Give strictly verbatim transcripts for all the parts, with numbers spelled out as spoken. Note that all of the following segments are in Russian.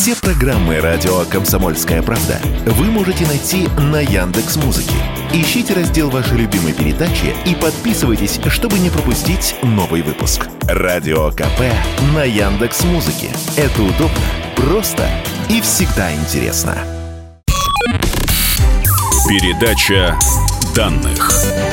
Все программы радио «Комсомольская правда» вы можете найти на Яндекс.Музыке. Ищите раздел вашей любимой передачи и подписывайтесь, чтобы не пропустить новый выпуск. Радио КП на Яндекс.Музыке. Это удобно, просто и всегда интересно. Передача данных.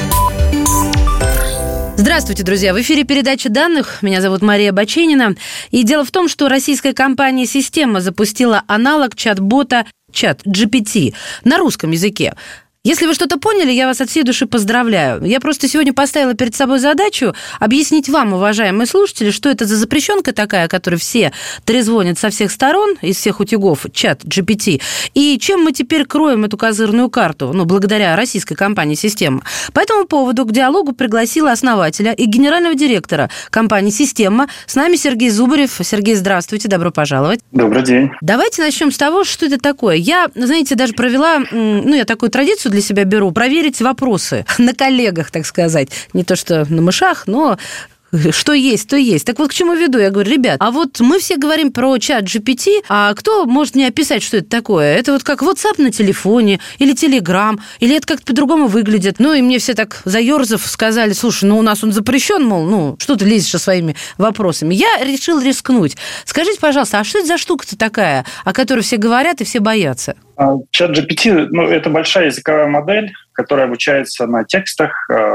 Здравствуйте, друзья! В эфире передача данных. Меня зовут Мария Баченина. И дело в том, что российская компания «Система» запустила аналог чат-бота чат джи пи ти на русском языке. Если вы что-то поняли, я вас от всей души поздравляю. Я просто сегодня поставила перед собой задачу объяснить вам, уважаемые слушатели, что это за запрещенка такая, которой все трезвонят со всех сторон, из всех утюгов, чат джи пи ти, и чем мы теперь кроем эту козырную карту, ну, благодаря российской компании «Система». По этому поводу к диалогу пригласила основателя и генерального директора компании «Система». С нами Сергей Зубарев. Сергей, здравствуйте, добро пожаловать. Добрый день. Давайте начнем с того, что это такое. Я, знаете, даже провела, ну, я такую традицию для себя беру, проверить вопросы на коллегах, так сказать. Не то, что на мышах, но что есть, то есть. Так вот, к чему веду? Я говорю, ребят, а вот мы все говорим про чат джи пи ти, а кто может мне описать, что это такое? Это вот как WhatsApp на телефоне, или Telegram, или это как-то по-другому выглядит? Ну, и мне все так заерзав сказали, слушай, ну, у нас он запрещен, мол, ну, что ты лезешь со своими вопросами? Я решил рискнуть. Скажите, пожалуйста, а что это за штука-то такая, о которой все говорят и все боятся? Чат джи пи ти, ну, это большая языковая модель, которая обучается на текстах,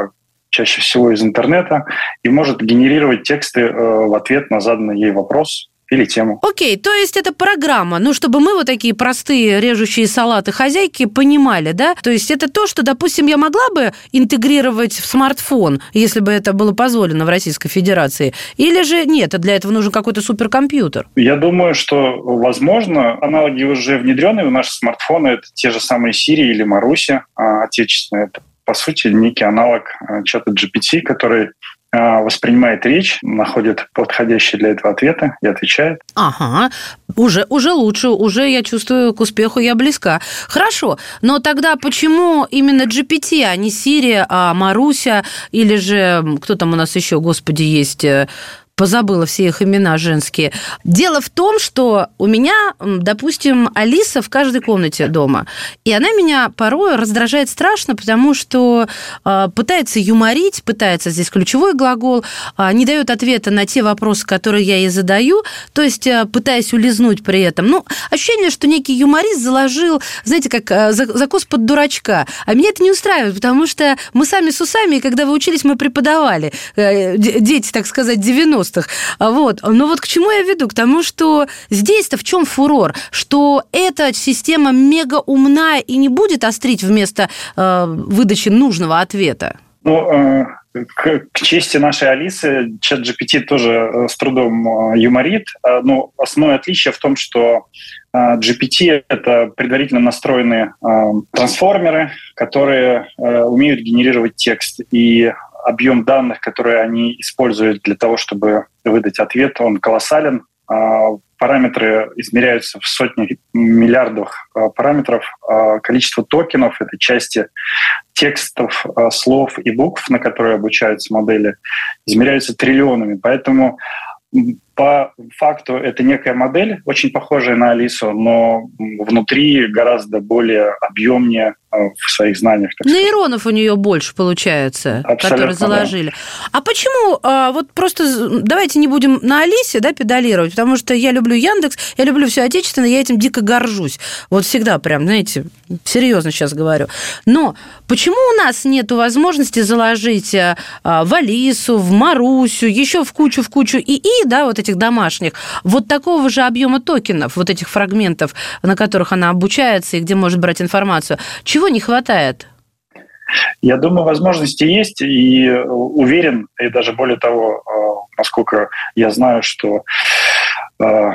чаще всего из интернета, и может генерировать тексты в ответ на заданный ей вопрос или тему. Окей, то есть это программа, ну, чтобы мы вот такие простые режущие салаты хозяйки понимали, да? То есть это то, что, допустим, я могла бы интегрировать в смартфон, если бы это было позволено в Российской Федерации, или же нет, для этого нужен какой-то суперкомпьютер? Я думаю, что, возможно, аналоги уже внедрены в наши смартфоны, это те же самые Siri или Маруся отечественные, это, по сути, некий аналог чата джи пи ти, который воспринимает речь, находит подходящие для этого ответы и отвечает. Ага, уже, уже лучше, уже я чувствую, к успеху я близка. Хорошо, но тогда почему именно джи пи ти, а не Siri, а Маруся, или же кто там у нас еще, господи, есть... Позабыла все их имена женские. Дело в том, что у меня, допустим, Алиса в каждой комнате дома. И она меня порой раздражает страшно, потому что э, пытается юморить, пытается, здесь ключевой глагол, э, не дает ответа на те вопросы, которые я ей задаю, то есть э, пытаясь улизнуть при этом. Ну, ощущение, что некий юморист заложил, знаете, как э, закус под дурачка. А меня это не устраивает, потому что мы сами с усами, и когда вы учились, мы преподавали. Э, дети, так сказать, девяностых. Вот. Но вот к чему я веду? К тому, что здесь-то в чем фурор? Что эта система мега умная и не будет острить вместо э, выдачи нужного ответа? Ну, э, к, к чести нашей Алисы, чат джи пи ти тоже с трудом юморит. Но основное отличие в том, что джи пи ти — это предварительно настроенные э, трансформеры, которые э, умеют генерировать текст. И объем данных, которые они используют для того, чтобы выдать ответ, он колоссален. Параметры измеряются в сотнях миллиардов параметров. Количество токенов — это части текстов, слов и букв, на которые обучаются модели, измеряются триллионами. Поэтому по факту это некая модель, очень похожая на Алису, но внутри гораздо более объемнее в своих знаниях. Нейронов у нее больше получается, абсолютно, которые заложили. Да. А почему, вот просто давайте не будем на Алисе, да, педалировать, потому что я люблю Яндекс, я люблю все отечественное, я этим дико горжусь. Вот всегда прям, знаете, серьезно сейчас говорю. Но почему у нас нет возможности заложить в Алису, в Марусю, еще в кучу, в кучу ИИ, да, вот этих домашних, вот такого же объема токенов, вот этих фрагментов, на которых она обучается и где может брать информацию? Чего не хватает? Я думаю, возможности есть, и уверен, и даже более того, насколько я знаю, что э,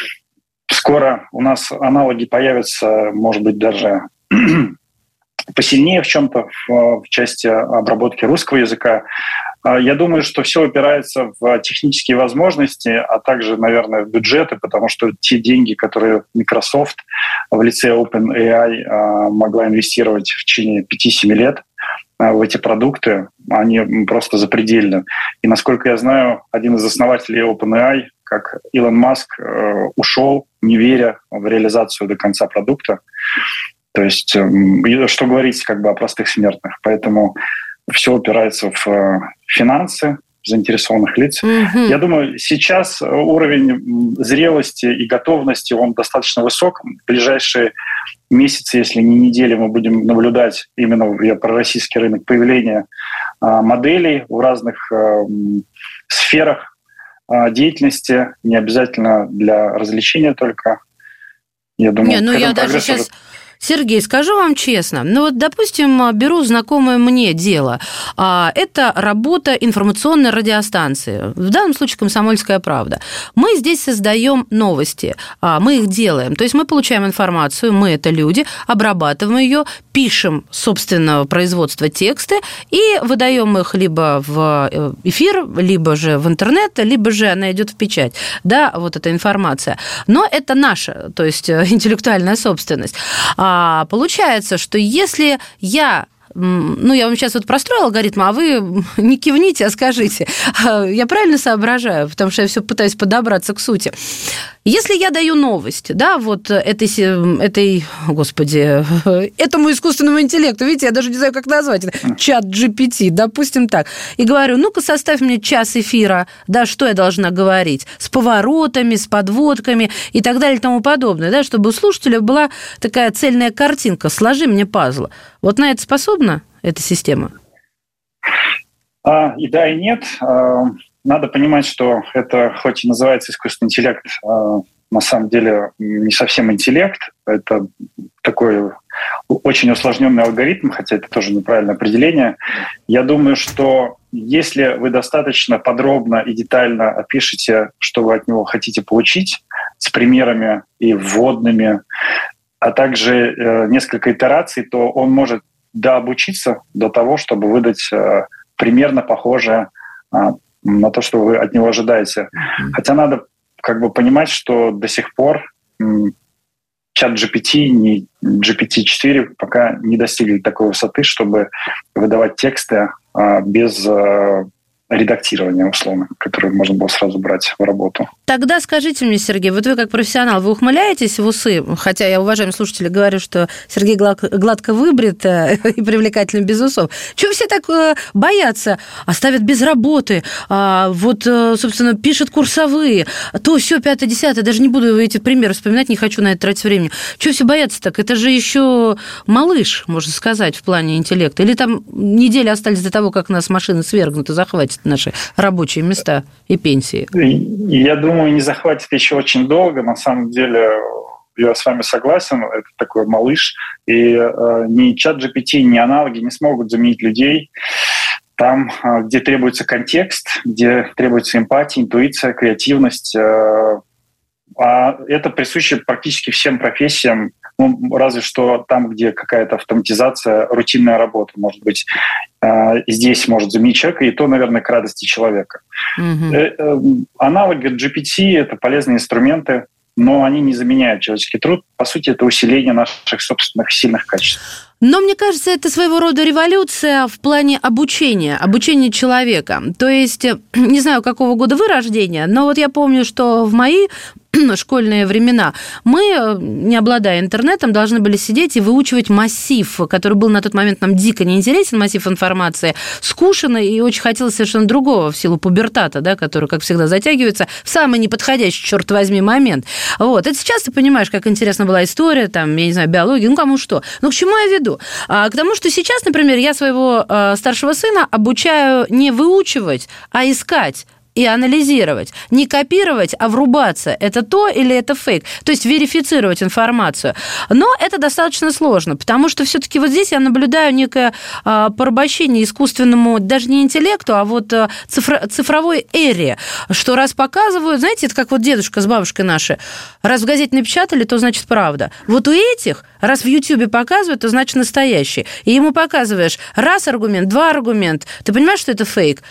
скоро у нас аналоги появятся, может быть, даже посильнее в чем-то в, в части обработки русского языка. Я думаю, что все упирается в технические возможности, а также, наверное, в бюджеты, потому что те деньги, которые Microsoft в лице OpenAI могла инвестировать в течение пяти-семи лет, в эти продукты, они просто запредельны. И, насколько я знаю, один из основателей OpenAI, как Илон Маск, ушел, не веря в реализацию до конца продукта. То есть, что говорить как бы о простых смертных. Поэтому все упирается в финансы заинтересованных лиц. Mm-hmm. Я думаю, сейчас уровень зрелости и готовности, он достаточно высок. В ближайшие месяцы, если не недели, мы будем наблюдать именно, я про российский рынок, появление а, моделей в разных а, сферах а, деятельности, не обязательно для развлечения только. Я думаю, не, ну я даже сейчас... Уже... Сергей, скажу вам честно, ну вот, допустим, беру знакомое мне дело. Это работа информационной радиостанции, в данном случае «Комсомольская правда». Мы здесь создаем новости, мы их делаем. То есть мы получаем информацию, мы это люди, обрабатываем ее, пишем собственного производства тексты и выдаем их либо в эфир, либо же в интернет, либо же она идет в печать. Да, вот эта информация. Но это наша, то есть интеллектуальная собственность. А получается, что если я... Ну, я вам сейчас вот простроила алгоритм, а вы не кивните, а скажите. Я правильно соображаю? Потому что я все пытаюсь подобраться к сути. Если я даю новость, да, вот этой, этой, господи, этому искусственному интеллекту, видите, я даже не знаю, как назвать это, чат джи пи ти, допустим так, и говорю, ну-ка, составь мне час эфира, да, что я должна говорить, с поворотами, с подводками и так далее и тому подобное, да, чтобы у слушателя была такая цельная картинка, сложи мне пазл. Вот на это способна эта система? А, и да, и нет. А... Надо понимать, что это, хоть и называется искусственный интеллект, на самом деле не совсем интеллект. Это такой очень усложненный алгоритм, хотя это тоже неправильное определение. Я думаю, что если вы достаточно подробно и детально опишете, что вы от него хотите получить, с примерами и вводными, а также несколько итераций, то он может дообучиться до того, чтобы выдать примерно похожее на то, что вы от него ожидаете. Mm-hmm. Хотя надо как бы понимать, что до сих пор м, чат джи пи ти, не джи пи ти четыре пока не достигли такой высоты, чтобы выдавать тексты а, без а, редактирования, условно, которые можно было сразу брать в работу. Тогда скажите мне, Сергей, вот вы как профессионал, вы ухмыляетесь в усы, хотя я, уважаемые слушатели, говорю, что Сергей гладко выбрит и привлекательный без усов. Чего все так боятся? Оставят без работы, вот, собственно, пишут курсовые, то, все, пятое, десятое, даже не буду эти примеры вспоминать, не хочу на это тратить времени. Чего все боятся так? Это же еще малыш, можно сказать, в плане интеллекта. Или там недели остались до того, как нас машины свергнут и захватят наши рабочие места и пенсии? Я думаю, не захватит еще очень долго. На самом деле, я с вами согласен, это такой малыш. И э, ни чат джи пи ти, ни аналоги не смогут заменить людей там, где требуется контекст, где требуется эмпатия, интуиция, креативность. Э, а это присуще практически всем профессиям, ну, разве что там, где какая-то автоматизация, рутинная работа, может быть, э, здесь может заменить человека, и то, наверное, к радости человека. Mm-hmm. Э, э, аналоги джи пи ти — это полезные инструменты, но они не заменяют человеческий труд. По сути, это усиление наших собственных сильных качеств. Но мне кажется, это своего рода революция в плане обучения, обучения человека. То есть, не знаю, какого года вы рождения, но вот я помню, что в мои школьные времена мы, не обладая интернетом, должны были сидеть и выучивать массив, который был на тот момент нам дико неинтересен, массив информации, скучный, и очень хотелось совершенно другого в силу пубертата, да, который, как всегда, затягивается в самый неподходящий, черт возьми, момент. Вот. Это сейчас ты понимаешь, как интересна была история, там, я не знаю, биология, ну, кому что. Но к чему я веду? А, к тому, что сейчас, например, я своего э, старшего сына обучаю не выучивать, а искать и анализировать. Не копировать, а врубаться. Это то или это фейк. То есть верифицировать информацию. Но это достаточно сложно, потому что все-таки вот здесь я наблюдаю некое а, порабощение искусственному, даже не интеллекту, а вот а, цифро- цифровой эре, что раз показывают, знаете, это как вот дедушка с бабушкой наши, раз в газете напечатали, то значит правда. Вот у этих, раз в Ютьюбе показывают, то значит настоящий. И ему показываешь раз аргумент, два аргумент. Ты понимаешь, что это фейк?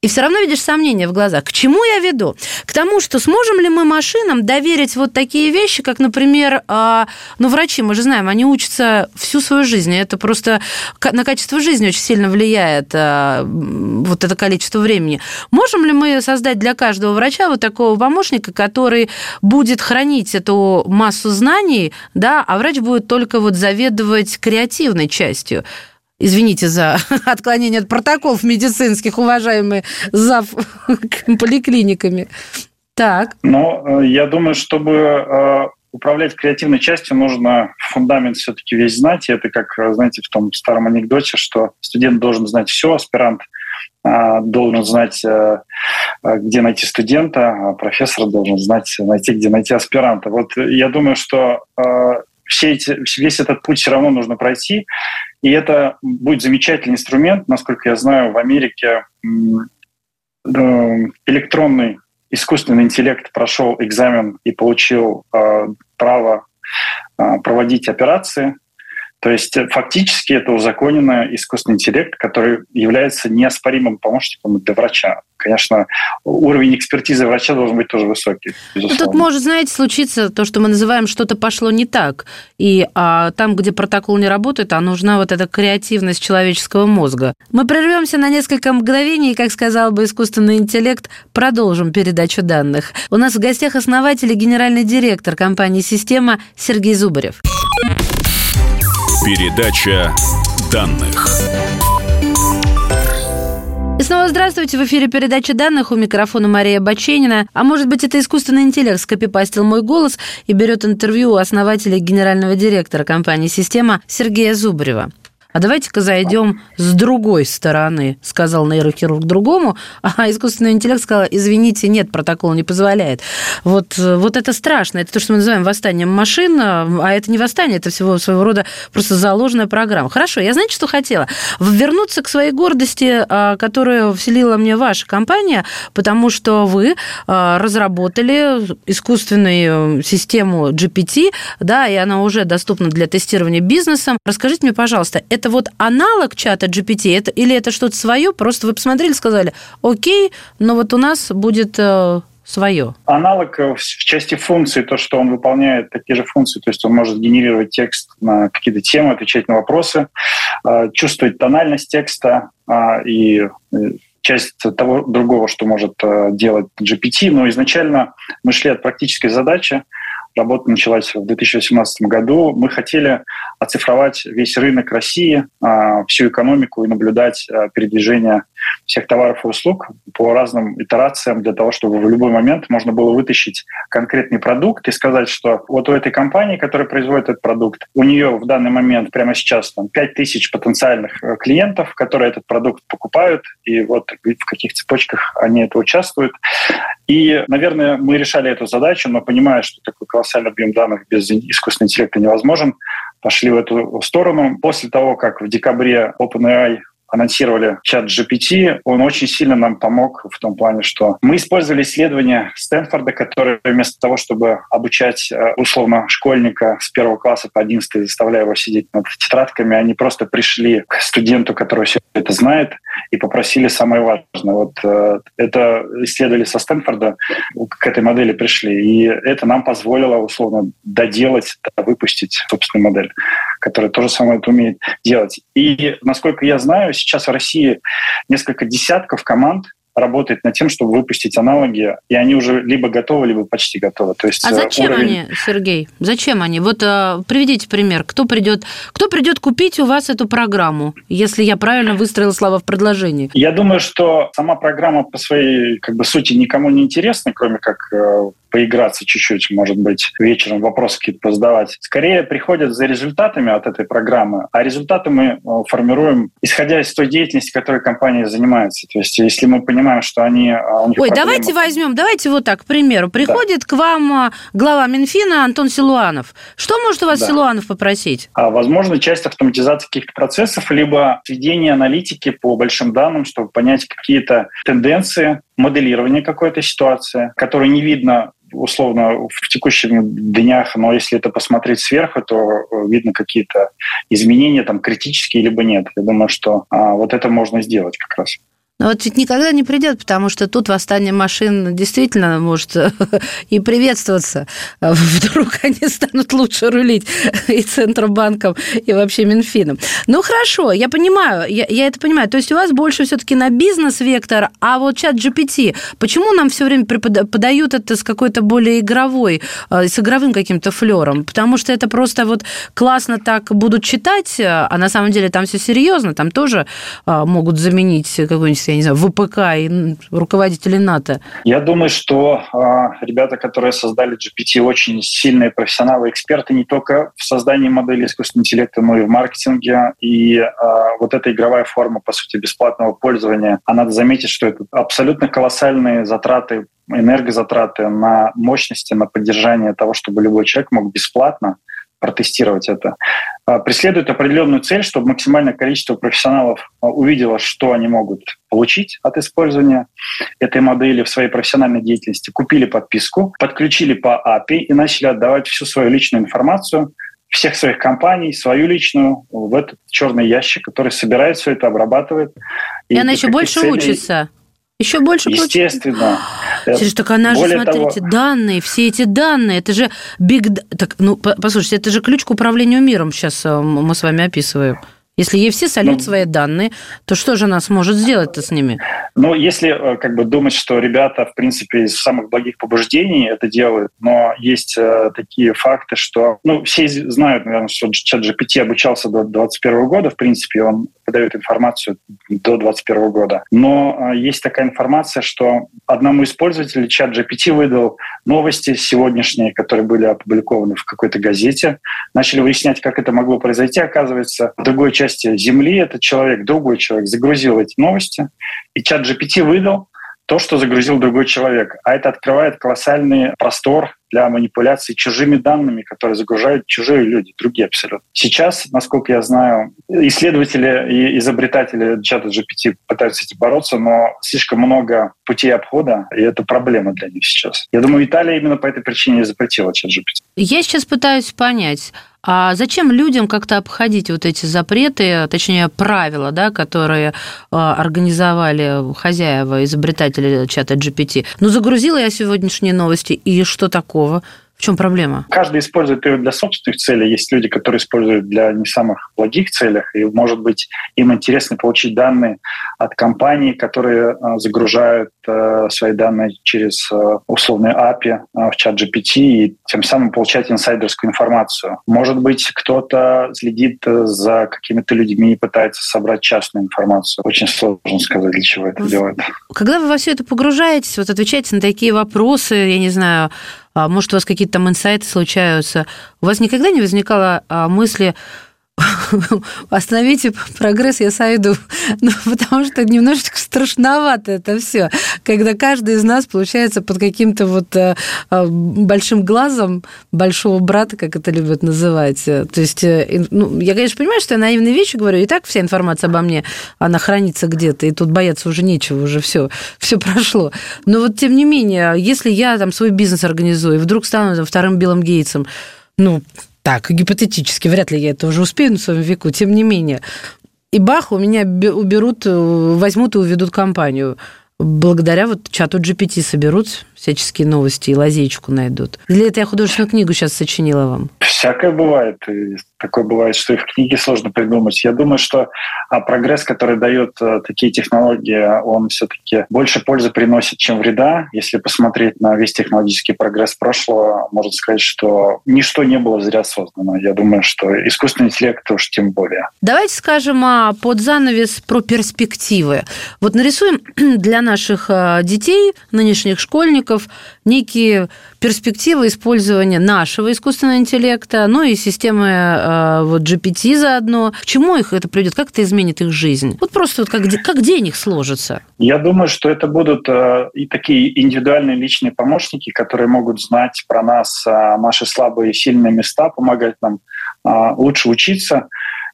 И все равно видишь сомнения в глазах. К чему я веду? К тому, что сможем ли мы машинам доверить вот такие вещи, как, например, э, ну, врачи, мы же знаем, они учатся всю свою жизнь. Это просто на качество жизни очень сильно влияет э, вот это количество времени. Можем ли мы создать для каждого врача вот такого помощника, который будет хранить эту массу знаний, да, а врач будет только вот заведовать креативной частью? Извините за отклонение от протоколов медицинских, уважаемые зав. Поликлиниками. Так. Ну, я думаю, чтобы управлять креативной частью, нужно фундамент все-таки весь знать. И это как, знаете, в том старом анекдоте, что студент должен знать все, аспирант должен знать, где найти студента, а профессор должен знать, найти, где найти аспиранта. Вот я думаю, что все эти, весь этот путь все равно нужно пройти, и это будет замечательный инструмент. Насколько я знаю, в Америке электронный искусственный интеллект прошел экзамен и получил право проводить операции. То есть фактически это узаконенный искусственный интеллект, который является неоспоримым помощником для врача. Конечно, уровень экспертизы врача должен быть тоже высокий, безусловно. Тут может, знаете, случиться то, что мы называем «что-то пошло не так». И а, там, где протокол не работает, а нужна вот эта креативность человеческого мозга. Мы прервемся на несколько мгновений, и, как сказал бы искусственный интеллект, продолжим передачу данных. У нас в гостях основатель и генеральный директор компании «Система» Сергей Зубарев. Передача данных. И снова здравствуйте. В эфире передача данных. У микрофона Мария Баченина. А может быть, это искусственный интеллект скопипастил мой голос и берет интервью у основателя и генерального директора компании «Система» Сергея Зубарева. А давайте-ка зайдем с другой стороны, сказал нейрохирург другому, а искусственный интеллект сказал: извините, нет, протокол не позволяет. Вот, вот это страшно. Это то, что мы называем восстанием машин, а это не восстание, это всего своего рода просто заложенная программа. Хорошо, я, знаете, что хотела? Вернуться к своей гордости, которую вселила мне ваша компания, потому что вы разработали искусственную систему джи пи ти, да, и она уже доступна для тестирования бизнесом. Расскажите мне, пожалуйста, это вот аналог чата джи пи ти, это, или это что-то свое? Просто вы посмотрели, сказали: окей, но вот у нас будет э, свое. Аналог в части функций, то, что он выполняет такие же функции, то есть он может генерировать текст на какие-то темы, отвечать на вопросы, э, чувствовать тональность текста э, и часть того другого, что может э, делать джи пи ти. Но изначально мы шли от практической задачи. Работа началась в две тысячи восемнадцатом году. Мы хотели оцифровать весь рынок России, всю экономику и наблюдать передвижение всех товаров и услуг по разным итерациям для того, чтобы в любой момент можно было вытащить конкретный продукт и сказать, что вот у этой компании, которая производит этот продукт, у нее в данный момент прямо сейчас там пять тысяч потенциальных клиентов, которые этот продукт покупают, и вот в каких цепочках они это участвуют. И, наверное, мы решали эту задачу, но понимая, что такой колоссальный объем данных без искусственного интеллекта невозможен, пошли в эту сторону. После того, как в декабре OpenAI анонсировали чат джи пи ти, он очень сильно нам помог в том плане, что мы использовали исследования Стэнфорда, которые вместо того, чтобы обучать условно школьника с первого класса по одиннадцатый, заставляя его сидеть над тетрадками, они просто пришли к студенту, который все это знает, и попросили самое важное. Вот это исследовали со Стэнфорда, к этой модели пришли, и это нам позволило условно доделать, выпустить собственную модель, которая тоже самое это умеет делать. И, насколько я знаю, сейчас в России несколько десятков команд работает над тем, чтобы выпустить аналоги, и они уже либо готовы, либо почти готовы. То есть а зачем уровень... они, Сергей? Зачем они? Вот э, приведите пример. Кто придет, кто придет купить у вас эту программу, если я правильно выстроила слова в предложении? Я думаю, что сама программа по своей как бы сути никому не интересна, кроме как э, поиграться чуть-чуть, может быть, вечером вопросы какие-то позадавать. Скорее приходят за результатами от этой программы, а результаты мы формируем, исходя из той деятельности, которой компания занимается. То есть если мы понимаем, что они... У них Ой, проблемы... давайте возьмем, давайте вот так, к примеру. Приходит да. к вам глава Минфина Антон Силуанов. Что может у вас да. Силуанов попросить? А, возможно, часть автоматизации каких-то процессов, либо сведение аналитики по большим данным, чтобы понять какие-то тенденции, моделирование какой-то ситуации, которую не видно условно в текущих днях, но если это посмотреть сверху, то видно какие-то изменения там критические либо нет. Я думаю, что а, вот это можно сделать как раз. Но вот ведь никогда не придет, потому что тут восстание машин действительно может и приветствоваться. Вдруг они станут лучше рулить и Центробанком, и вообще Минфином. Ну, хорошо, я понимаю, я, я это понимаю. То есть у вас больше все-таки на бизнес-вектор, а вот чат джи пи ти, почему нам все время подают это с какой-то более игровой, с игровым каким-то флером? Потому что это просто вот классно так будут читать, а на самом деле там все серьезно, там тоже могут заменить какой-нибудь, я не знаю, вэ пэ ка и руководителей НАТО. Я думаю, что э, ребята, которые создали джи пи ти, очень сильные профессионалы, эксперты не только в создании модели искусственного интеллекта, но и в маркетинге. И э, вот эта игровая форма, по сути, бесплатного пользования, а надо заметить, что это абсолютно колоссальные затраты, энергозатраты на мощности, на поддержание того, чтобы любой человек мог бесплатно протестировать это, преследует определенную цель, чтобы максимальное количество профессионалов увидело, что они могут получить от использования этой модели в своей профессиональной деятельности, купили подписку, подключили по эй пи ай и начали отдавать всю свою личную информацию всех своих компаний, свою личную, в этот черный ящик, который собирает все это, обрабатывает. И, и она еще больше целей... учится. Еще больше Естественно. Сереж, так она же, смотрите, того... данные, все эти данные, это же big... Так, ну, послушайте, это же ключ к управлению миром сейчас мы с вами описываем. Если ей все сольют ну, свои данные, то что же она сможет сделать-то с ними? Ну, если как бы думать, что ребята, в принципе, из самых благих побуждений это делают, но есть э, такие факты, что... Ну, все знают, наверное, что чат джи пи ти обучался до двадцать первого года, в принципе, он подает информацию до двадцать первого года. Но э, есть такая информация, что одному из пользователей чат джи пи ти выдал новости сегодняшние, которые были опубликованы в какой-то газете. Начали выяснять, как это могло произойти. Оказывается, в другой части Земли этот человек, другой человек, загрузил эти новости, и чат джи пи ти выдал то, что загрузил другой человек. А это открывает колоссальный простор для манипуляций чужими данными, которые загружают чужие люди, другие абсолютно. Сейчас, насколько я знаю, исследователи и изобретатели чата джи пи ти пытаются с этим бороться, но слишком много путей обхода, и это проблема для них сейчас. Я думаю, Италия именно по этой причине и запретила чат джи пи ти. Я сейчас пытаюсь понять, а зачем людям как-то обходить вот эти запреты, точнее, правила, да, которые организовали хозяева, изобретатели чата джи пи ти? Ну, загрузила я сегодняшние новости, и что такого? В чем проблема? Каждый использует ее для собственных целей. Есть люди, которые используют для не самых благих целях, и, может быть, им интересно получить данные от компаний, которые загружают свои данные через условные эй пи ай в чат джи пи ти и тем самым получать инсайдерскую информацию. Может быть, кто-то следит за какими-то людьми и пытается собрать частную информацию. Очень сложно сказать, для чего это делают. Когда вы во все это погружаетесь, вот отвечаете на такие вопросы, я не знаю, может, у вас какие-то там инсайты случаются, у вас никогда не возникало мысли: остановите прогресс, я сойду? Ну, потому что немножечко страшновато это все, когда каждый из нас получается под каким-то вот большим глазом большого брата, как это любят называть. То есть, ну, я, конечно, понимаю, что я наивные вещи говорю, и так вся информация обо мне, она хранится где-то, и тут бояться уже нечего, уже все, все прошло. Но вот, тем не менее, если я там свой бизнес организую, и вдруг стану там вторым Биллом Гейтсом, ну, так, гипотетически, вряд ли я это уже успею на своем веку, тем не менее. И бах, у меня уберут, возьмут и уведут компанию. Благодаря вот чату джи пи ти соберут всяческие новости и лазейку найдут. Для этого я художественную книгу сейчас сочинила вам. Всякое бывает. И такое бывает, что и в книге сложно придумать. Я думаю, что прогресс, который дает такие технологии, он все-таки больше пользы приносит, чем вреда. Если посмотреть на весь технологический прогресс прошлого, можно сказать, что ничто не было зря создано. Я думаю, что искусственный интеллект уж тем более. Давайте скажем под занавес про перспективы. Вот нарисуем для наших детей, нынешних школьников, некие перспективы использования нашего искусственного интеллекта, ну и системы вот, джи пи ти заодно. К чему их это приведет? Как это изменит их жизнь? Вот просто вот как, как день их сложится? Я думаю, что это будут и такие индивидуальные личные помощники, которые могут знать про нас наши слабые и сильные места, помогать нам лучше учиться. Я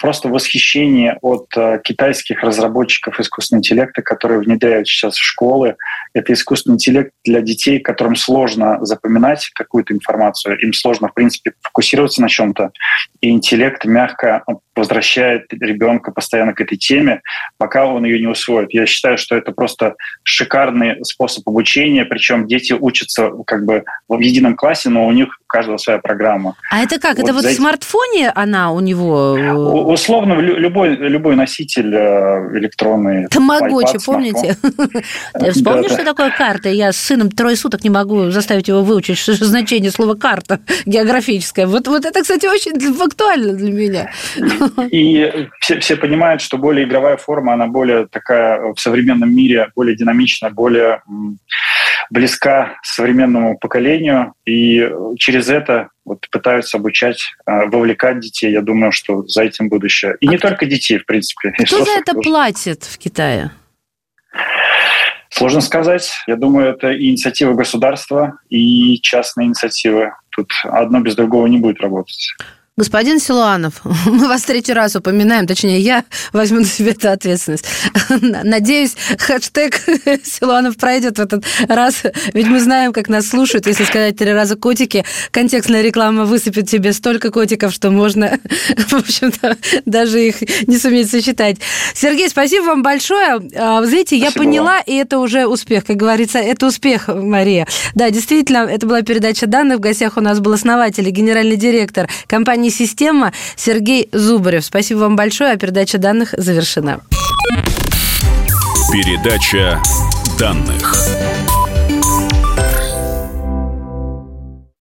просто в восхищении от китайских разработчиков искусственного интеллекта, которые внедряют сейчас в школы. Это искусственный интеллект для детей, которым сложно запоминать какую-то информацию, им сложно, в принципе, фокусироваться на чем-то. И интеллект мягко возвращает ребенка постоянно к этой теме, пока он ее не усвоит. Я считаю, что это просто шикарный способ обучения, причем дети учатся как бы в едином классе, но у них у каждого своя программа. А это как? Вот это вот в смартфоне она у него? Условно, любой, любой носитель электронный. Тамагочи, помните? Вспомнишь, что такое карта? Я с сыном трое суток не могу заставить его выучить значение слова «карта» географическое. Вот, вот это, кстати, очень актуально для меня. И все, все понимают, что более игровая форма, она более такая в современном мире, более динамична, более близка современному поколению. И через это вот пытаются обучать, вовлекать детей. Я думаю, что за этим будущее. И не только детей, в принципе. Кто за это платит в Китае? Сложно сказать. Я думаю, это и инициатива государства, и частные инициативы. Тут одно без другого не будет работать. Господин Силуанов, мы вас в третий раз упоминаем, точнее, я возьму на себя эту ответственность. Надеюсь, хэштег Силуанов пройдет в этот раз, ведь мы знаем, как нас слушают. Если сказать три раза котики, контекстная реклама высыпет тебе столько котиков, что можно, в общем-то, даже их не суметь сосчитать. Сергей, спасибо вам большое. Вы знаете, я спасибо поняла, вам. И это уже успех, как говорится, это успех, Мария. Да, действительно, это была передача данных. В гостях у нас был основатель и генеральный директор компании «Система» Сергей Зубарев. Спасибо вам большое, а передача данных завершена. Передача данных.